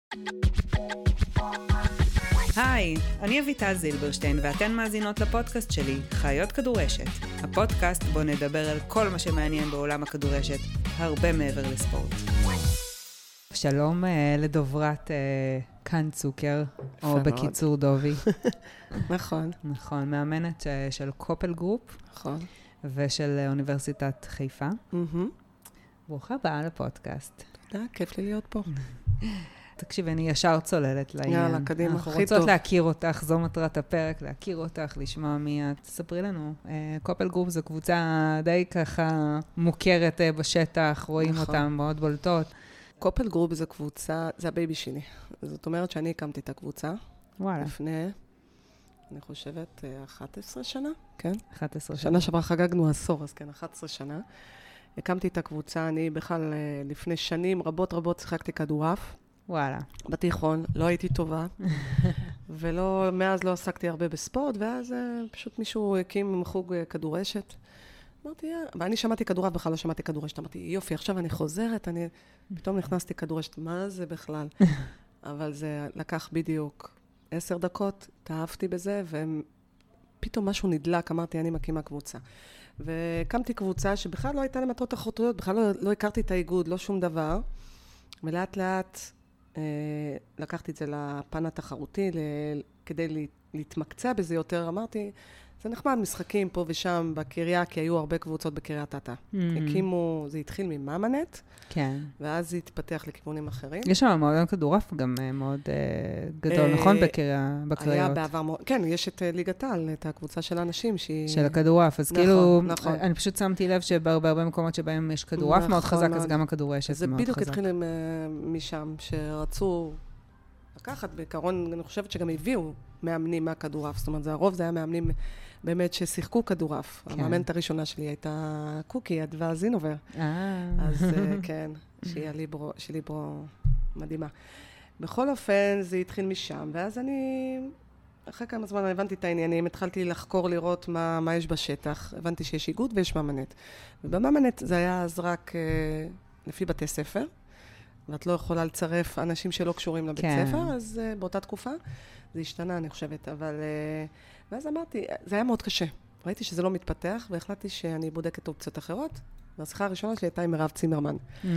היי, אני אביטל זילברשטיין ואתן מאזינות לפודקאסט שלי, חיות כדורשת. הפודקאסט בו נדבר על כל מה שמעניין בעולם הכדורשת, הרבה מעבר לספורט. שלום לדוברת כאן צוקר, או בקיצור דובי. נכון. נכון, מאמנת של קופל גרופ. נכון. ושל אוניברסיטת חיפה. ברוכה הבאה לפודקאסט. תודה, כיף לי להיות פה. תקשיב, אני ישר צוללת לעניין. יאללה, קדימה, אנחנו הכי טוב. רוצות להכיר אותך, זו מטרת הפרק, להכיר אותך, לשמוע מי את. תספרי לנו, קופל גרופ זו קבוצה די ככה מוכרת בשטח, רואים אותם מאוד בולטות. קופל גרופ זו קבוצה, זה הבייבי שלי. זאת אומרת שאני הקמתי את הקבוצה. וואלה. לפני, אני חושבת, 11 שנה, כן? 11 שנה. שנה שעברה חגגנו עשור, אז כן, 11 שנה. הקמתי את הקבוצה, אני בכלל לפני שנים רבות שיחקתי כדורעף. וואלה. בתיכון, לא הייתי טובה, ומאז לא עסקתי הרבה בספורט, ואז פשוט מישהו הקים חוג כדורשת. אמרתי, ואני שמעתי כדורעף, בכלל לא שמעתי כדורשת. אמרתי, יופי, עכשיו אני חוזרת, פתאום נכנסתי כדורשת, מה זה בכלל? אבל זה לקח בדיוק 10 דקות, התאהבתי בזה, ופתאום משהו נדלק, אמרתי, אני מקימה קבוצה. והקמתי קבוצה שבכלל לא הייתה למטרות אחרותיות, בכלל לא הכרתי את האיגוד, לא שום דבר, ולאט לאט לקחתי את זה לפן התחרותי, כדי להתמקצע בזה יותר, אמרתי, זה נחמד משחקים פה ושם בקריה, כי היו הרבה קבוצות בקריית אתא. הקימו, זה התחיל ממאמנט, כן. ואז זה התפתח לכיוונים אחרים. יש שם מועדון כדורעף גם מאוד גדול, נכון? בקריות. היה בעבר, כן, יש את ליגת העל, את הקבוצה של האנשים שהיא... של הכדורעף, אז כאילו, אני פשוט שמתי לב שבהרבה מקומות שבהם יש כדורעף מאוד חזק, אז גם הכדורשת מאוד חזק. זה בדיוק התחיל משם, שרצו לקחת, בעיקרון, אני חושבת שגם הביאו מאמנים מהכדורעף, זאת אומרת, הרוב זה היה מאמנים באמת ששיחקו כדורעף. המאמנת הראשונה שלי הייתה קוקי, אדווה זינובר. אז כן, שהיא ליברו מדהימה. בכל אופן, זה התחיל משם, ואז אחרי כמה זמן הבנתי את העניינים, התחלתי לחקור לראות מה יש בשטח. הבנתי שיש איגוד ויש מאמנת. ובמאמנת זה היה אז רק לפי בתי ספר, ואת לא יכולה לצרף אנשים שלא קשורים לבית ספר, אז באותה תקופה זה השתנה, אני חושבת, אבל... ואז אמרתי, זה היה מאוד קשה. ראיתי שזה לא מתפתח, והחלטתי שאני בודקת אופציות אחרות. והשיחה הראשונה שלי הייתה עם מירב צימרמן.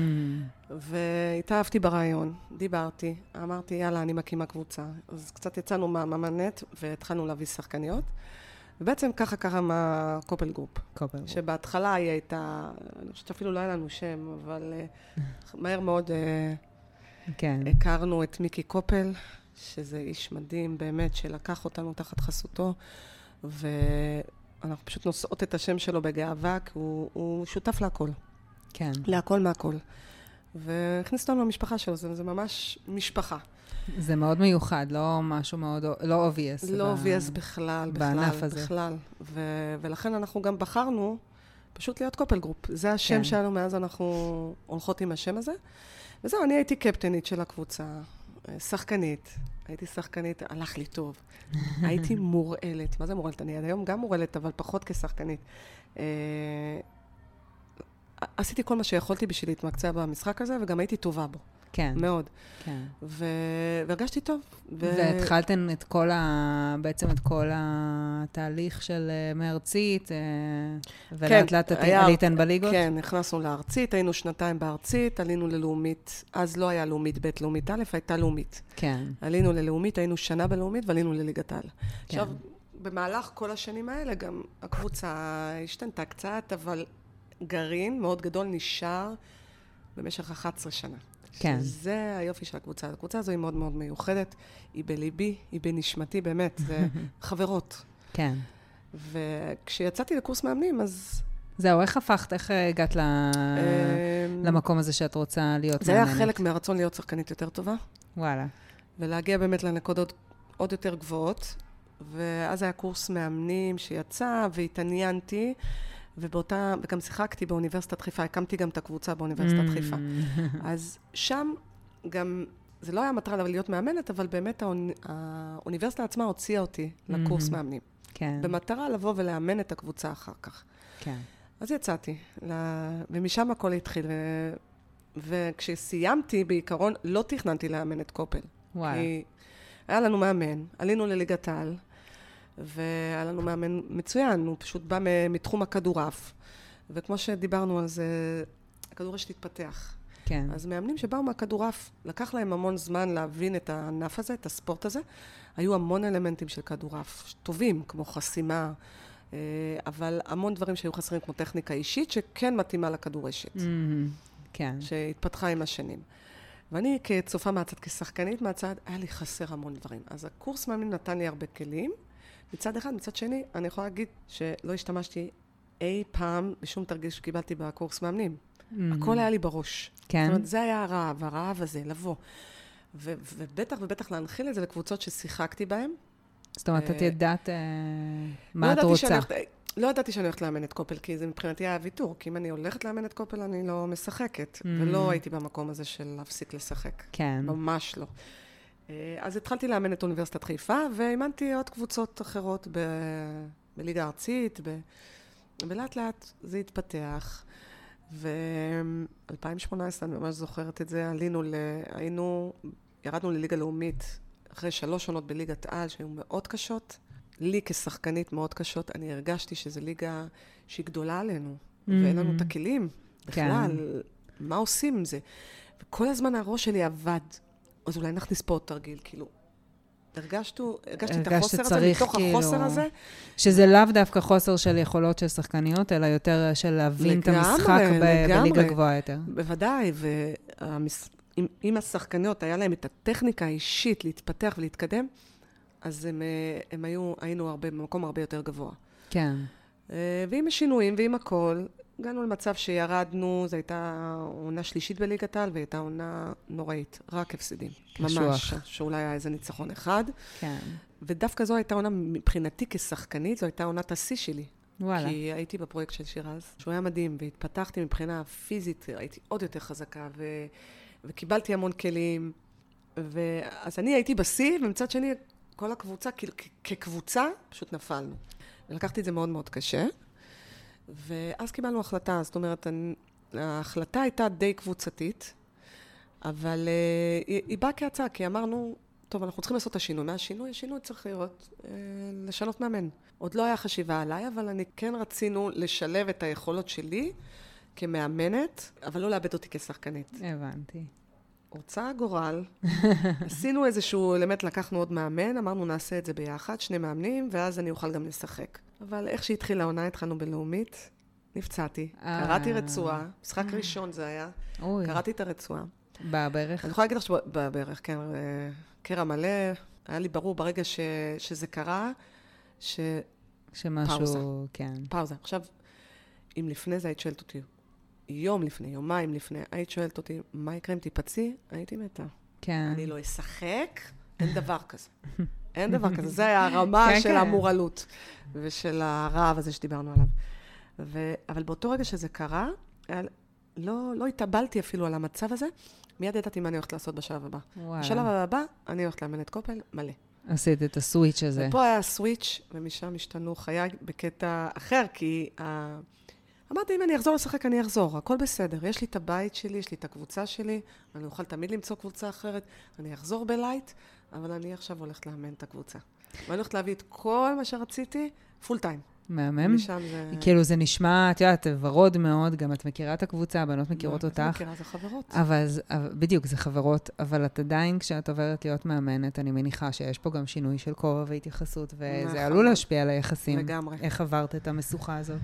והתאהבתי ברעיון, דיברתי, אמרתי, יאללה, אני מקימה קבוצה. אז קצת יצאנו מהמאמנת, והתחלנו להביא שחקניות. ובעצם ככה קרה קופל גרופ. שבהתחלה היא הייתה, אני חושבת שאפילו לא היה לנו שם, אבל מהר מאוד הכרנו את מיקי קופל, שזה איש מדהים באמת, שלקח אותנו תחת חסותו, ואנחנו פשוט נושאות את השם שלו בגאווה, כי הוא שותף להכל. כן. להכל מהכל. והכניס אותנו למשפחה שלו, זה ממש משפחה. זה מאוד מיוחד, לא משהו מאוד, לא obvious. לא obvious בכלל, בענף הזה. בכלל. ולכן אנחנו גם בחרנו פשוט להיות קופל גרופ. זה השם שלנו, מאז אנחנו הולכות עם השם הזה. וזהו, אני הייתי קפטנית של הקבוצה, שחקנית. הייתי שחקנית, הלך לי טוב. הייתי מורעלת. מה זה מורעלת? אני עד היום גם מורעלת, אבל פחות כשחקנית. עשיתי כל מה שיכולתי בשביל להתמקצע במשחק הזה, וגם הייתי טובה בו. כן. מאוד. כן. והרגשתי טוב. והתחלתן בעצם את כל התהליך של מארצית, ולאט לאט עליתן בליגות? כן, נכנסנו לארצית, היינו 2 בארצית, עלינו ללאומית, אז לא היה לאומית ב', לאומית א', הייתה לאומית. כן. עלינו ללאומית, היינו שנה בלאומית, ועלינו לליגת העל. עכשיו, במהלך כל השנים האלה, גם הקבוצה השתנתה קצת, אבל גרעין מאוד גדול נשאר במשך 11 שנה. כן. זה היופי של הקבוצה. הקבוצה הזו היא מאוד מאוד מיוחדת, היא בליבי, היא בנשמתי, באמת, זה חברות. כן. וכשיצאתי לקורס מאמנים, אז... זהו, איך הגעת למקום הזה שאת רוצה להיות מאמנת? זה היה חלק מהרצון להיות שחקנית יותר טובה. וואלה. ולהגיע באמת לנקודות עוד יותר גבוהות. ואז היה קורס מאמנים שיצא, והתעניינתי, וגם שיחקתי באוניברסיטת חיפה, הקמתי גם את הקבוצה באוניברסיטת חיפה. אז שם גם, זה לא היה מטרה להיות מאמנת, אבל באמת האוניברסיטה עצמה הוציאה אותי לקורס מאמנים. כן. במטרה לבוא ולאמן את הקבוצה אחר כך. כן. אז יצאתי, ומשם הכל התחיל. וכשסיימתי, בעיקרון, לא תכננתי לאמן את קופל. וואלה. כי היה לנו מאמן, עלינו לליגת העל, והיה לנו מאמן מצוין, הוא פשוט בא מתחום הכדורעף. וכמו שדיברנו על זה, הכדורשת התפתח. כן. אז מאמנים שבאו מהכדורעף, לקח להם המון זמן להבין את הענף הזה, את הספורט הזה. היו המון אלמנטים של כדורעף, טובים, כמו חסימה, אבל המון דברים שהיו חסרים, כמו טכניקה אישית, שכן מתאימה לכדורשת. כן. שהתפתחה עם השנים. ואני כצופה מהצד, כשחקנית מהצד, היה לי חסר המון דברים. אז הקורס מאמנים נתן לי הרבה כלים. מצד אחד, מצד שני, אני יכולה להגיד שלא השתמשתי אי פעם בשום תרגיל שקיבלתי בקורס מאמנים. הכל היה לי בראש. כן. זאת אומרת, זה היה הרעב הזה, לבוא. ובטח להנחיל את זה לקבוצות ששיחקתי בהן. זאת אומרת, את ידעת מה את רוצה. לא ידעתי שאני הולכת לאמן את קופל, כי זה מבחינתי היה ויתור, כי אם אני הולכת לאמן את קופל, אני לא משחקת, ולא הייתי במקום הזה של להפסיק לשחק. כן. ממש לא. אז התחלתי לאמן את אוניברסיטת חיפה, ואימנתי עוד קבוצות אחרות בליגה הארצית, ולאט לאט זה התפתח. ו-2018, אני ממש זוכרת את זה, ירדנו לליגה לאומית, אחרי 3 עונות בליגת העל, שהיו מאוד קשות. לי כשחקנית מאוד קשות, אני הרגשתי שזו ליגה שהיא גדולה עלינו, ואין לנו את הכלים בכלל, מה עושים עם זה? וכל הזמן הראש שלי עבד, אז אולי נכניס פה עוד תרגיל, כאילו, הרגשתי את החוסר הזה, מתוך החוסר הזה. שזה לאו דווקא חוסר של יכולות של שחקניות, אלא יותר של להבין את המשחק בליגה גבוהה יותר. בוודאי, ואם השחקניות היה להם את הטכניקה האישית להתפתח ולהתקדם, אז היינו במקום הרבה יותר גבוה. כן. ועם השינויים ועם הכל, הגענו למצב שירדנו, זו הייתה עונה שלישית בליגת העל, והייתה עונה נוראית, רק הפסדים. ממש, שאולי היה איזה ניצחון אחד. כן. ודווקא זו הייתה עונה, מבחינתי כשחקנית, זו הייתה עונת השיא שלי. וואלה. כי הייתי בפרויקט של שירז, שהוא היה מדהים, והתפתחתי מבחינה פיזית, הייתי עוד יותר חזקה, וקיבלתי המון כלים. אז אני הייתי בשיא, ומצד שני, כל הקבוצה, כקבוצה, פשוט נפלנו. ולקחתי את זה מאוד מאוד קשה. ואז קיבלנו החלטה, זאת אומרת, ההחלטה הייתה די קבוצתית, אבל היא באה כהצעה, כי אמרנו, טוב, אנחנו צריכים לעשות את השינוי. מהשינוי, השינוי צריך לשנות מאמן. עוד לא היה חשיבה עליי, אבל אני כן רצינו לשלב את היכולות שלי כמאמנת, אבל לא לאבד אותי כשחקנית. הבנתי. רוצה הגורל, עשינו איזשהו אלמנט, לקחנו עוד מאמן, אמרנו נעשה את זה ביחד, 2 מאמנים, ואז אני אוכל גם לשחק. אבל איך שהתחילה העונה, התחלנו בלאומית, נפצעתי, קראתי רצועה, משחק ראשון זה היה, קראתי את הרצועה. בברך? אני יכולה להגיד לך שבברך, כן, קרע מלא, היה לי ברור ברגע שזה קרה, שמשהו, כן. פאוזה. עכשיו, אם לפני זה היית שואלת אותי, יום לפני, יומיים לפני, היית שואלת אותי, מה יקרה אם תיפצעי? הייתי מתה. כן. אני לא אשחק, אין דבר כזה. אין דבר כזה. זה היה הרמה של המורלות, ושל הרעב הזה שדיברנו עליו. אבל באותו רגע שזה קרה, לא התאבלתי אפילו על המצב הזה, מיד ידעתי מה אני הולכת לעשות בשלב הבא. בשלב הבא, אני הולכת לאמן את קופל מלא. עשית את הסוויץ' הזה. ופה היה הסוויץ', ומשם השתנו חיי בקטע אחר, כי אמרתי, אם אני אחזור לשחק, אני אחזור, הכל בסדר. יש לי את הבית שלי, יש לי את הקבוצה שלי, אני אוכל תמיד למצוא קבוצה אחרת, אני אחזור בלייט, אבל אני עכשיו הולכת לאמן את הקבוצה. ואני הולכת להביא את כל מה שרציתי, פול טיים. מהמם. כאילו זה נשמע, את יודעת, ורוד מאוד, גם את מכירה את הקבוצה, הבנות מכירות אותך. אני מכירה, זה חברות. בדיוק, זה חברות, אבל את עדיין, כשאת עוברת להיות מאמנת, אני מניחה שיש פה גם שינוי של כובע והתייחסות, וזה עלול להשפיע על היחסים. לגמרי. איך עברת את המשוכה הזאת?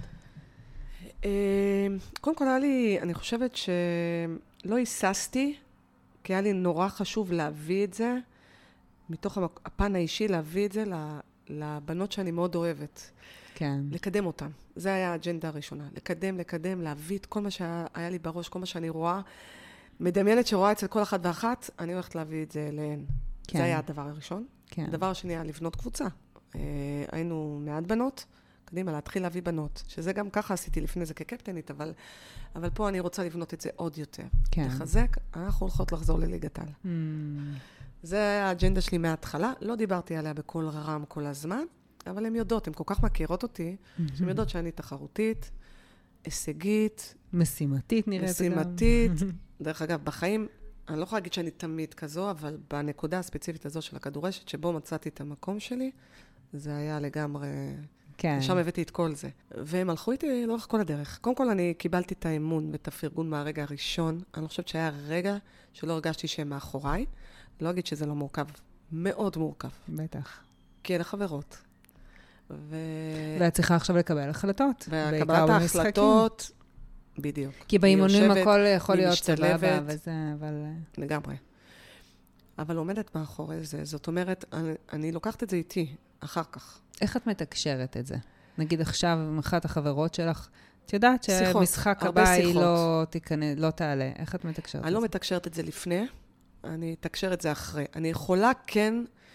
קודם כל, אני חושבת שלא היססתי, כי היה לי נורא חשוב להביא את זה, מתוך הפן האישי, להביא את זה לבנות שאני מאוד אוהבת. כן. לקדם אותן. זה היה האג'נדה הראשונה. לקדם, להביא את כל מה שהיה לי בראש, כל מה שאני רואה. מדמיינת שרואה אצל כל אחת ואחת, אני הולכת להביא את זה אליהן. כן. זה היה הדבר הראשון. כן. הדבר השני היה לבנות קבוצה. היינו מעט בנות, קדימה, להתחיל להביא בנות. שזה גם ככה עשיתי לפני זה כקפטנית, אבל פה אני רוצה לבנות את זה עוד יותר. כן. לחזק, אנחנו הולכות לחזור לליגת העל. זה האג'נדה שלי מההתחלה. לא דיברתי עליה בכל רם כל הזמן, אבל הן יודעות, הן כל כך מכירות אותי, שהן יודעות שאני תחרותית, הישגית. משימתית נראית. משימתית. דרך אגב, בחיים, אני לא יכולה להגיד שאני תמיד כזו, אבל בנקודה הספציפית הזו של הכדורשת, שבו מצאתי את המקום שלי, זה היה לגמרי... כן. ושם הבאתי את כל זה. והם הלכו איתי לאורך כל הדרך. קודם כל, אני קיבלתי את האמון ואת הפרגון מהרגע הראשון. אני לא חושבת שהיה רגע שלא הרגשתי שהם מאחוריי. לא אגיד שזה לא מורכב. מאוד מורכב. בטח. כי אלה חברות. ואת צריכה עכשיו לקבל החלטות. וקבלת ההחלטות, בדיוק. כי באימונים הכל יכול להיות סבבה, וזה, אבל... לגמרי. אבל עומדת מאחורי זה. זאת אומרת, אני לוקחת את זה איתי, אחר כך. איך את מתקשרת את זה? נגיד עכשיו, אחת החברות שלך, את יודעת שמשחק הבא היא לא תעלה. איך את מתקשרת את זה? אני לא מתקשרת את זה לפני, אני אתקשר את זה אחרי. אני יכולה כן,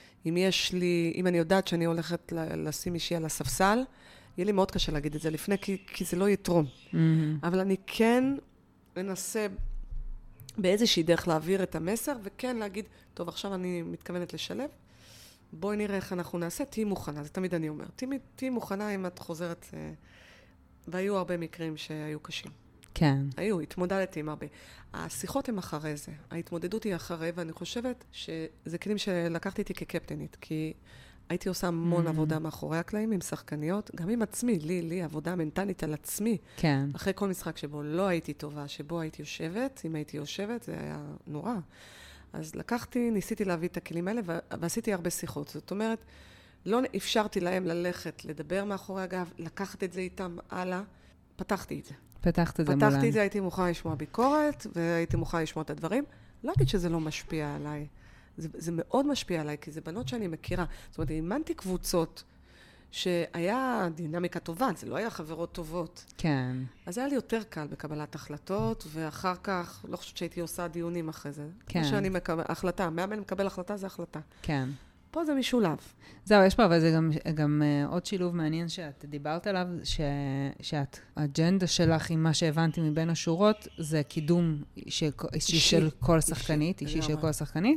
אם אני יודעת שאני הולכת לשים אישי על הספסל, יהיה לי מאוד קשה להגיד את זה לפני, כי זה לא יתרום. אבל אני כן אנסה באיזושהי דרך להעביר את המסר, וכן להגיד, טוב, עכשיו אני מתכוונת לשלב, בואי נראה איך אנחנו נעשה, תהי מוכנה, זה תמיד אני אומר. תהי מוכנה אם את חוזרת, והיו הרבה מקרים שהיו קשים. כן. התמודדתי עם הרבה. השיחות הן אחרי זה, ההתמודדות היא אחרי, ואני חושבת שזה כלים שלקחתי איתי כקפטנית, כי הייתי עושה המון עבודה מאחורי הקלעים עם שחקניות, גם עם עצמי, לי עבודה מנטלית על עצמי. כן. אחרי כל משחק שבו לא הייתי טובה, שבו הייתי יושבת, אם הייתי יושבת, זה היה נורא. אז ניסיתי להביא את הכלים האלה, ועשיתי הרבה שיחות. זאת אומרת, לא אפשרתי להם ללכת, לדבר מאחורי הגב, לקחת את זה איתם הלאה, פתחתי את זה. פתחת את זה מולן. פתחתי את זה, הייתי מוכנה לשמוע ביקורת, והייתי מוכנה לשמוע את הדברים. לא אגיד שזה לא משפיע עליי. זה מאוד משפיע עליי, כי זה בנות שאני מכירה. זאת אומרת, אימנתי קבוצות שהיה דינמיקה טובה, זה לא היה חברות טובות. כן. אז היה לי יותר קל בקבלת החלטות, ואחר כך, לא חושבת שהייתי עושה דיונים אחרי זה. כן. מה שאני החלטה, מאמן מקבל החלטה, זה החלטה. כן. פה זה משולב. זהו, יש פה, אבל זה גם עוד שילוב מעניין שאת דיברת עליו, שהאג'נדה שלך עם מה שהבנתי מבין השורות, זה קידום אישי של כל שחקנית, אישי של כל שחקנית,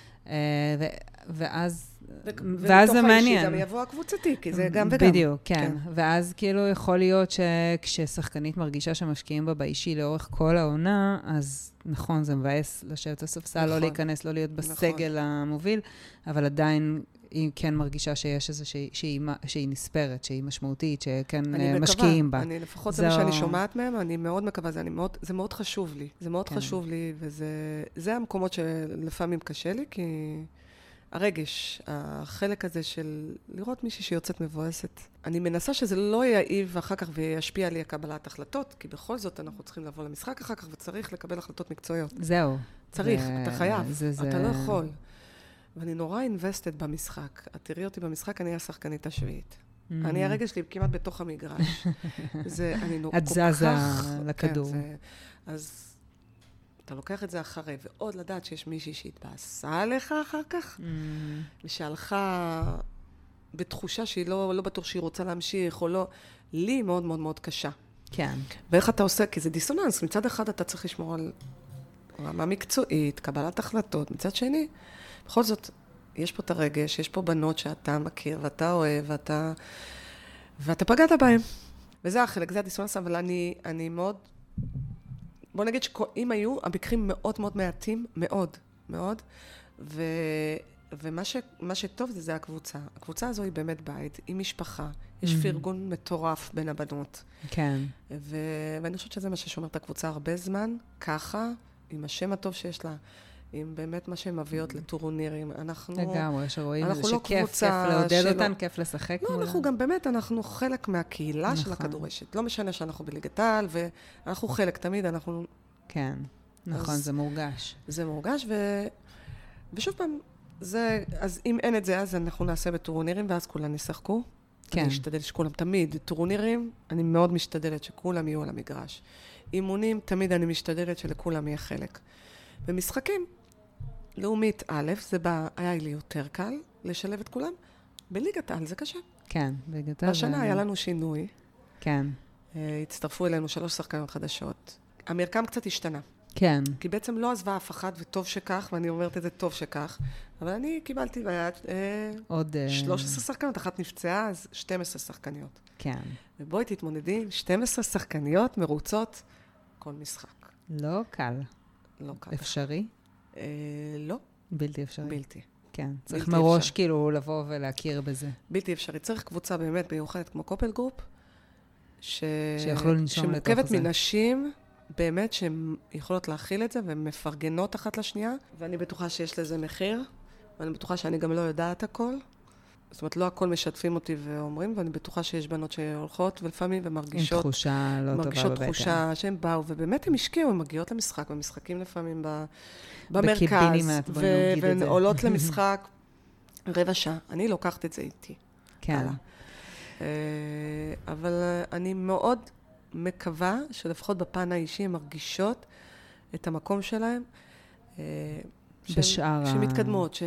ואז זה מעניין. גם יבוא הקבוצתי, כי זה גם וגם. בדיוק, כן. ואז כאילו יכול להיות שכששחקנית מרגישה שמשקיעים בה באישי לאורך כל העונה, אז נכון, זה מבאס לשבת הספסל, לא להיכנס, לא להיות בסגל המוביל, אבל עדיין היא כן מרגישה שיש איזו שהיא נספרת, שהיא משמעותית, שכן משקיעים בה. אני לפחות זה מה שאני שומעת מהם, אני מאוד מקווה, זה מאוד חשוב לי. זה מאוד חשוב לי, וזה המקומות שלפעמים קשה לי, כי הרגש, החלק הזה של לראות מישהי שיוצאת מבואסת. אני מנסה שזה לא יעיב אחר כך וישפיע לי קבלת החלטות, כי בכל זאת אנחנו צריכים לבוא למשחק אחר כך וצריך לקבל החלטות מקצועיות. זהו. צריך, אתה חייב, אתה לא יכול. ואני נורא invested במשחק. את תראי אותי במשחק, אני השחקנית השביעית. אני הרגש שלי כמעט בתוך המגרש. את זזה לכדור. אז אתה לוקח את זה אחרי, ועוד לדעת שיש מישהי שהתבאסה עליך אחר כך, ושהלכה בתחושה שהיא לא בטוח שהיא רוצה להמשיך, או לא, לי מאוד מאוד מאוד קשה. כן. ואיך אתה עושה? כי זה דיסוננס. מצד אחד אתה צריך לשמור על רמה מקצועית, קבלת החלטות. מצד שני, בכל זאת, יש פה את הרגש, יש פה בנות שאתה מכיר, ואתה אוהב, ואתה פגעת בהם. וזה החלק, זה הדיסוננס, אבל אני מאוד... בוא נגיד שאם היו, המקרים מאוד מאוד מעטים, מאוד, מאוד, ומה שטוב זה הקבוצה. הקבוצה הזו היא באמת בית, היא משפחה, יש פרגון מטורף בין הבנות. כן. ואני חושבת שזה מה ששומר את הקבוצה הרבה זמן, ככה, עם השם הטוב שיש לה, עם באמת מה שהן מביאות לטורנירים. לגמרי, שרואים את זה שכיף לעודד אותן, כיף לשחק מולה. לא, אנחנו גם באמת, אנחנו חלק מהקהילה של הכדורשת. לא משנה שאנחנו בליגת העל, ואנחנו חלק תמיד, אנחנו... כן, נכון, זה מורגש. זה מורגש, ושוב פעם, אז אם אין את זה, אז אנחנו נעשה בטורנירים, ואז כולם ישחקו. כן. אני אשתדל שכולם תמיד. טורנירים, אני מאוד משתדלת שכולם יהיו על המגרש. אימונים, תמיד אני משתדלת שלכולם יהיה חלק. במשחקים, לאומית א', היה לי יותר קל לשלב את כולם. בליגת העל זה קשה. כן, בליגת העל. בשנה היה לנו שינוי. כן. הצטרפו אלינו 3 שחקניות חדשות. המרקם קצת השתנה. כן. כי בעצם לא עזבה אף אחד, וטוב שכך, ואני אומרת את זה טוב שכך, אבל אני קיבלתי עוד 13 שחקניות, אחת נפצעה, אז 12 שחקניות. כן. ובואי תתמודדי עם 12 שחקניות מרוצות כל משחק. לא קל. לא קל. אפשרי? לא. בלתי אפשרי. בלתי. כן. צריך מראש כאילו לבוא ולהכיר בזה. בלתי אפשרי. צריך קבוצה באמת מיוחדת כמו קופל גרופ, שיכולו לנשום לתוך שמורכבת זה. מנשים, באמת שהן יכולות להכיל את זה, והן מפרגנות אחת לשנייה, ואני בטוחה שיש לזה מחיר, ואני בטוחה שאני גם לא יודעת הכל. זאת אומרת, לא הכל משתפים אותי ואומרים, ואני בטוחה שיש בנות שהולכות ולפעמים ומרגישות... עם תחושה לא טובה בבטן. מרגישות תחושה שהן באו, ובאמת הן השקיעו, הן מגיעות למשחק, במשחקים לפעמים במרכז. בקיבינימט, בוא נגיד את זה. והן עולות למשחק רבע שעה. אני לוקחת את זה איתי. כן. אבל אני מאוד מקווה שלפחות בפן האישי הן מרגישות את המקום שלהן. בשאר שהן מתקדמות,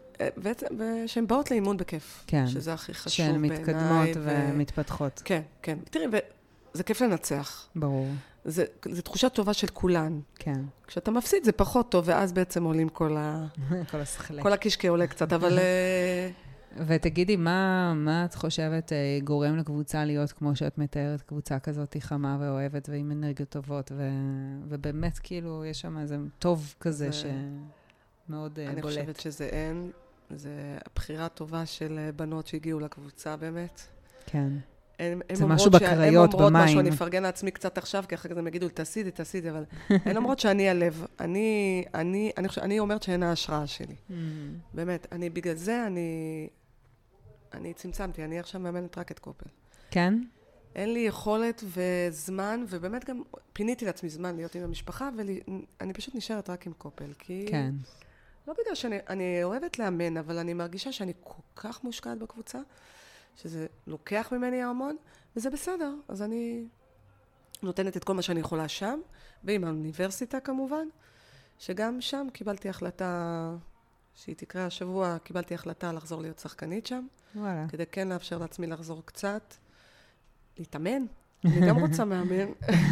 ושהן באות לאימון בכיף. כן. שזה הכי חשוב בעיניי. שהן מתקדמות ומתפתחות. כן, כן. תראי, זה כיף לנצח. ברור. זו תחושה טובה של כולן. כן. כשאתה מפסיד זה פחות טוב, ואז בעצם עולים כל השכלי. כל הקשקה עולה קצת, אבל... ותגידי, מה את חושבת גורם לקבוצה להיות כמו שאת מתארת, קבוצה כזאת חמה ואוהבת ועם אנרגיות טובות, ובאמת כאילו יש שם איזה טוב כזה שמאוד בולט. אני חושבת שזה אין, זה הבחירה הטובה של בנות שהגיעו לקבוצה באמת. כן. זה משהו בקריות, במים. הן אומרות משהו, אני אפרגן לעצמי קצת עכשיו, כי אחר כך הם יגידו, תעשידי, אבל הן אומרות שאני הלב. אני אומרת שהן ההשראה שלי. באמת, בגלל זה אני צמצמתי, אני עכשיו מאמנת רק את קופל. כן? אין לי יכולת וזמן, ובאמת גם פיניתי לעצמי זמן להיות עם המשפחה, ואני פשוט נשארת רק עם קופל, כי... כן. לא בגלל שאני אוהבת לאמן, אבל אני מרגישה שאני כל כך מושקעת בקבוצה, שזה לוקח ממני המון, וזה בסדר. אז אני נותנת את כל מה שאני יכולה שם, ועם האוניברסיטה כמובן, שגם שם קיבלתי החלטה, שהיא תקרה השבוע, קיבלתי החלטה לחזור להיות שחקנית שם, וואלה. כדי כן לאפשר לעצמי לחזור קצת, להתאמן. אני גם רוצה מאמן.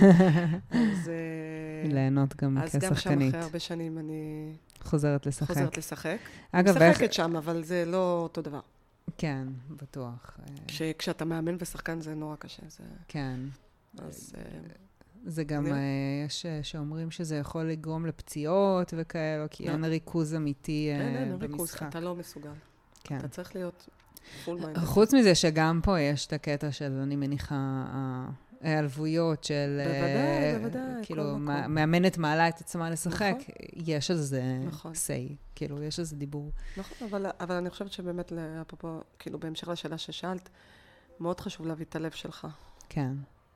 אז ליהנות גם כשחקנית. אז גם שם אחרי הרבה שנים אני... חוזרת לשחק. חוזרת לשחק. אגב, משחקת שם, אבל זה לא אותו דבר. כן, בטוח. כשאתה מאמן ושחקן זה נורא קשה. כן. אז... זה גם, יש שאומרים שזה יכול לגרום לפציעות וכאלו, כי אין ריכוז אמיתי במשחק. אין ריכוז, אתה לא מסוגל. אתה צריך להיות פול מיינד. חוץ מזה שגם פה יש את הקטע של, אני מניחה, העלבויות של... בוודאי. כאילו, מאמנת מעלה את עצמה לשחק, יש על זה say, כאילו, יש על זה דיבור. נכון, אבל אני חושבת שבאמת, כאילו, בהמשך לשאלה ששאלת, מאוד חשוב להביא את הלב שלך. כן.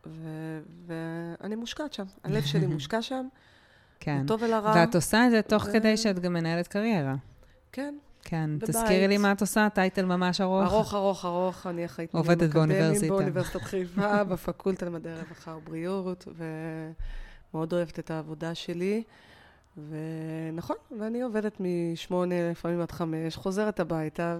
ואני מושקעת שם. הלב שלי מושקע שם. כן. לטוב ולרע. ואת עושה את זה תוך כדי שאת גם מנהלת קריירה. כן. כן. תזכירי לי מה את עושה, טייטל ממש ארוך. ארוך. אני אחראית עובדת באוניברסיטה. באוניברסיטת חיפה, בפקולטה למדעי רווחה ובריאות, ומאוד אוהבת את העבודה שלי. ונכון, ואני עובדת מ8, לפעמים עד 5, חוזרת הביתה,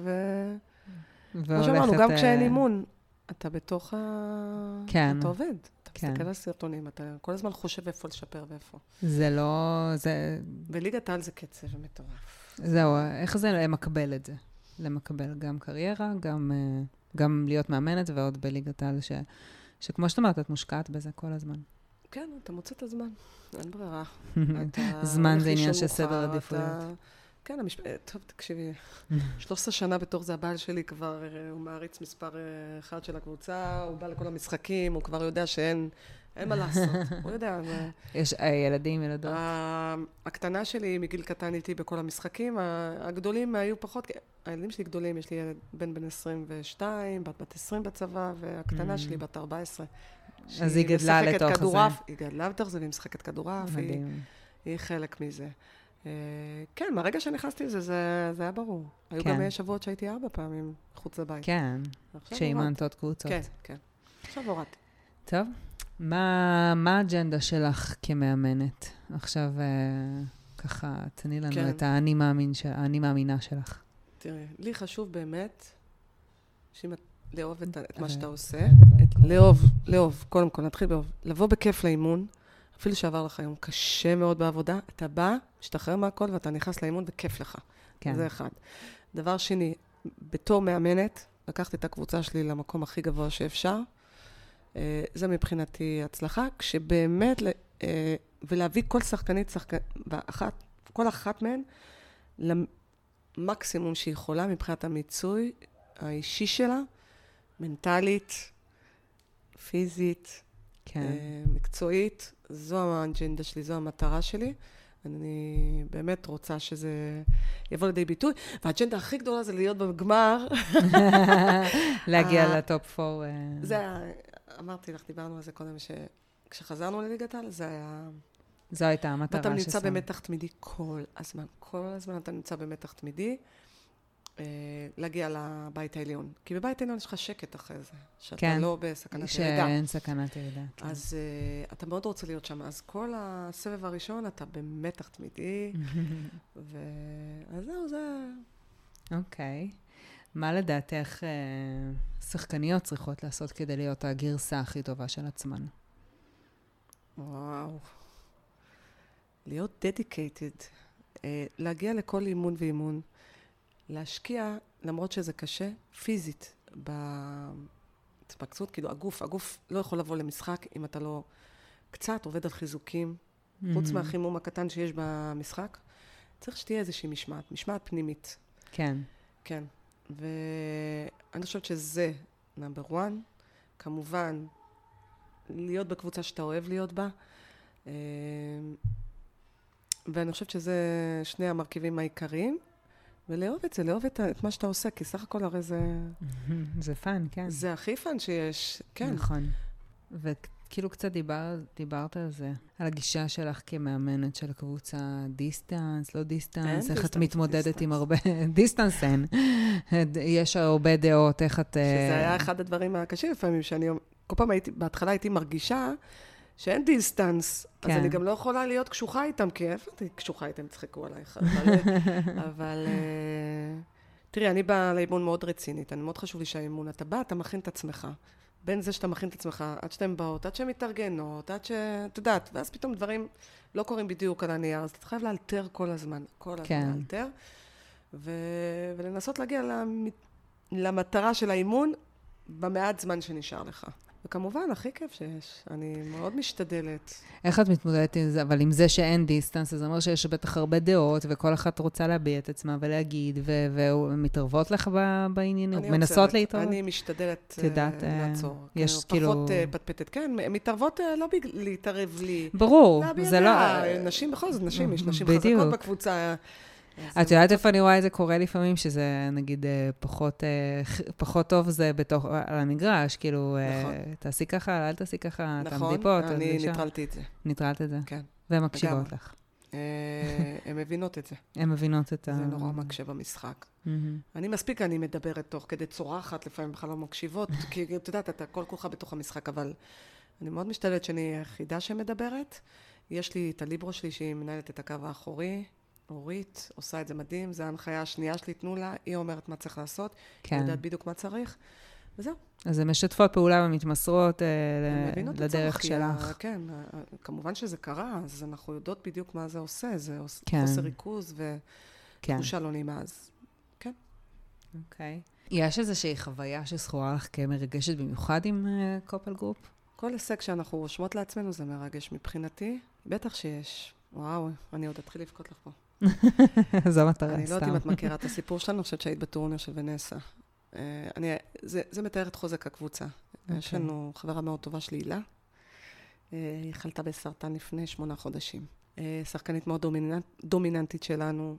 כמו שאמרנו, גם כשאין אימון, אתה בתוך כן. אתה עובד. אתה מסתכל על סרטונים, אתה כל הזמן חושב איפה לשפר ואיפה. זה לא... וליגת העל זה קצב מטורף. זהו, איך זה למקבל את זה? למקבל גם קריירה, גם להיות מאמנת, ועוד בליגת העל, שכמו שאת אומרת, את מושקעת בזה כל הזמן. כן, אתה מוצא את הזמן. אין ברירה. זמן זה עניין של סדר עדיפויות. כן, טוב, תקשיבי, 13 שנה בתור זה הבעל שלי כבר, הוא מעריץ מספר אחד של הקבוצה, הוא בא לכל המשחקים, הוא כבר יודע שאין מה לעשות, הוא יודע. יש ילדים, ילדות. הקטנה שלי מגיל קטן איתי בכל המשחקים, הגדולים היו פחות, הילדים שלי גדולים, יש לי ילד בן 22, בת 20 בצבא, והקטנה שלי בת 14. אז היא גדלה לתוך זה. היא גדלה לתוך זה, והיא משחקת כדורעף, היא חלק מזה. כן, מהרגע שנכנסתי לזה, זה היה ברור. היו גם שבועות שהייתי 4 פעמים חוץ לבית. כן, שאימנת עוד קבוצות. כן. עכשיו הורדתי. טוב, מה האג'נדה שלך כמאמנת? עכשיו ככה, תני לנו את האני מאמינה שלך. תראי, לי חשוב באמת, לאהוב את מה שאתה עושה. לאהוב, קודם כל, נתחיל באהוב. לבוא בכיף לאימון, אפילו שעבר לך יום קשה מאוד בעבודה, אתה בא, משתחרר מהכל ואתה נכנס לאימון וכיף לך. כן. זה אחד. דבר שני, בתור מאמנת, לקחתי את הקבוצה שלי למקום הכי גבוה שאפשר. זה מבחינתי הצלחה, כשבאמת, ולהביא כל שחקנית, כל אחת מהן, למקסימום שהיא יכולה מבחינת המיצוי האישי שלה, מנטלית, פיזית, מקצועית. זו האג'נדה שלי, זו המטרה שלי. אני באמת רוצה שזה יבוא לידי ביטוי. והאג'נדה הכי גדולה זה להיות בגמר. להגיע לטופ 4. זה, אמרתי לך, דיברנו על זה קודם, כשחזרנו לליגת העל, זה היה... זו הייתה המטרה ואתה נמצא במתח תמידי כל הזמן. כל הזמן אתה נמצא במתח תמידי. להגיע לבית העליון. כי בבית העליון יש לך שקט אחרי זה, שאתה לא בסכנת ירידה. שאין סכנת ירידה. אז אתה מאוד רוצה להיות שם. אז כל הסבב הראשון אתה במתח תמידי, אז זהו, זה... אוקיי. מה לדעתך שחקניות צריכות לעשות כדי להיות הגרסה הכי טובה של עצמן? וואו. להיות dedicated. להגיע לכל אימון ואימון. להשקיע, למרות שזה קשה, פיזית, בהתפקסות, כאילו הגוף לא יכול לבוא למשחק אם אתה לא קצת עובד על חיזוקים, חוץ מהחימום הקטן שיש במשחק, צריך שתהיה איזושהי משמעת פנימית. כן. כן. ואני חושבת שזה נאמבר 1, כמובן, להיות בקבוצה שאתה אוהב להיות בה, ואני חושבת שזה שני המרכיבים העיקריים, ולאהוב את זה, לאהוב את מה שאתה עושה, כי סך הכל הרי זה... זה פן, כן. זה הכי פן שיש, כן. נכון. וכאילו קצת דיברת על זה, על הגישה שלך כמאמנת של הקבוצה, דיסטנס, לא דיסטנס, איך את מתמודדת עם הרבה... דיסטנס אין. יש הרבה דעות, איך את... שזה היה אחד הדברים הקשים לפעמים, שאני כל פעם בהתחלה הייתי מרגישה שאין דיסטנס, אז אני גם לא יכולה להיות קשוחה איתם, כי איפה אני קשוחה איתם, צחקו עלייך. אבל תראי, אני באה לאימון מאוד רצינית, אני מאוד חשוב לי שהאימון, אתה בא, אתה מכין את עצמך. בין זה שאתה מכין את עצמך, עד שאתם באות, עד שהן מתארגנות, עד את יודעת, ואז פתאום דברים לא קורים בדיוק על הנייר, אז אתה חייב לאלתר כל הזמן, לאלתר, ולנסות להגיע למטרה של האימון במעט זמן שנשאר לך. וכמובן, הכי כיף שיש. אני מאוד משתדלת. איך את מתמודדת עם זה? אבל עם זה שאין דיסטנס, אז זה אומר שיש בטח הרבה דעות, וכל אחת רוצה להביע את עצמה ולהגיד, ומתערבות לך בעניינים? מנסות להתערב? אני משתדלת לעצור. יש כאילו... פחות פטפטת, כן. מתערבות לא להתערב לי. ברור. זה לא... נשים בכל זאת, נשים. יש נשים חזקות בקבוצה. את יודעת איפה אני רואה את זה קורה לפעמים, שזה נגיד פחות טוב זה בתוך, על המגרש, כאילו, תעשי ככה, אל תעשי ככה, תעמדי פה. נכון, אני ניטרלתי את זה. ניטרלת את זה? כן. והן מקשיבות לך. הן מבינות את זה. הן מבינות את זה נורא מקשה במשחק. אני מדברת תוך כדי צורחת, לפעמים בכלל לא מקשיבות, כי את יודעת, אתה כל כולך בתוך המשחק, אבל אני מאוד משתדלת שאני היחידה שמדברת. יש לי את הליברו שלי שהיא מנהלת את הקו האחורי, אורית, עושה את זה מדהים, זו ההנחיה השנייה שלי, תנו לה, היא אומרת מה צריך לעשות, היא יודעת בדיוק מה צריך, וזהו. אז הן משתפות פעולה ומתמסרות לדרך שלך. כן, כמובן שזה קרה, אז אנחנו יודעות בדיוק מה זה עושה, זה חוסר ריכוז ותחושה לא נעימה, אז כן. אוקיי. יש איזושהי חוויה שזכורה לך כמרגשת במיוחד עם קופל גרופ? כל הישג שאנחנו רושמות לעצמנו זה מרגש מבחינתי, בטח שיש. וואו, אני עוד אתחיל לבכות לך פה. זו המטרה, סתם. אני לא יודעת אם את מכירה את הסיפור שלנו, אני חושבת שהיית בטורניר של ונסה. זה מתאר את חוזק הקבוצה. יש לנו חברה מאוד טובה שלי, הילה. היא חלתה בסרטן לפני 8 חודשים. שחקנית מאוד דומיננטית שלנו.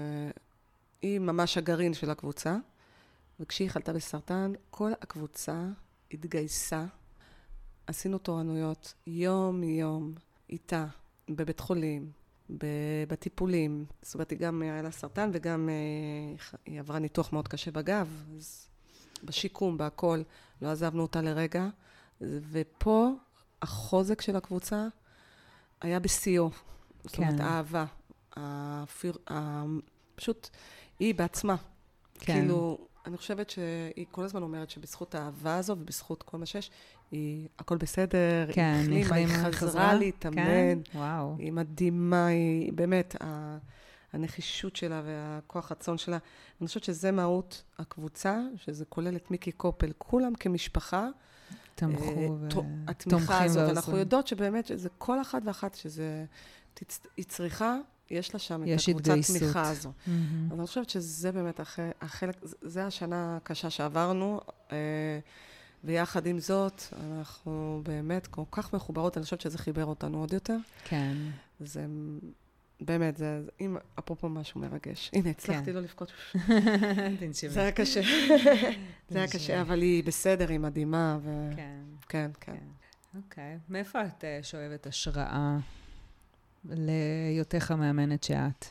היא ממש הגרעין של הקבוצה. וכשהיא חלתה בסרטן, כל הקבוצה התגייסה. עשינו תורנויות יום איתה. בבית חולים, בטיפולים. זאת אומרת, היא גם היה לה סרטן, וגם היא עברה ניתוח מאוד קשה בגב, אז בשיקום, בהכל, לא עזבנו אותה לרגע. ופה החוזק של הקבוצה היה בשיאו. זאת אומרת, האהבה. פשוט, היא בעצמה. כאילו, אני חושבת שהיא כל הזמן אומרת שבזכות האהבה הזו ובזכות כל מה שיש, הכל בסדר, כן, היא החלימה, היא חזרה להתאמן. כן? וואו. היא מדהימה, היא באמת, הנחישות שלה והכוח רצון שלה. אני חושבת שזה מהות הקבוצה, שזה כולל את מיקי קופל, כולם כמשפחה. תמכו התמיכה הזו, ואנחנו יודעות שבאמת, שזה כל אחת ואחת, שזה, היא צריכה, יש לה שם את הקבוצת תמיכה הזו. אז אני חושבת שזה באמת החלק, זה השנה הקשה שעברנו, ויחד עם זאת, אנחנו באמת כל כך מחוברות, אני חושבת שזה חיבר אותנו עוד יותר. כן. זה באמת, זה, אם אפרופו משהו מרגש. הנה, הצלחתי לא לבכות. זה היה קשה. זה היה קשה, אבל היא בסדר, היא מדהימה. כן. כן, כן. אוקיי. מאיפה את שואבת השראה להיותך המאמנת שאת?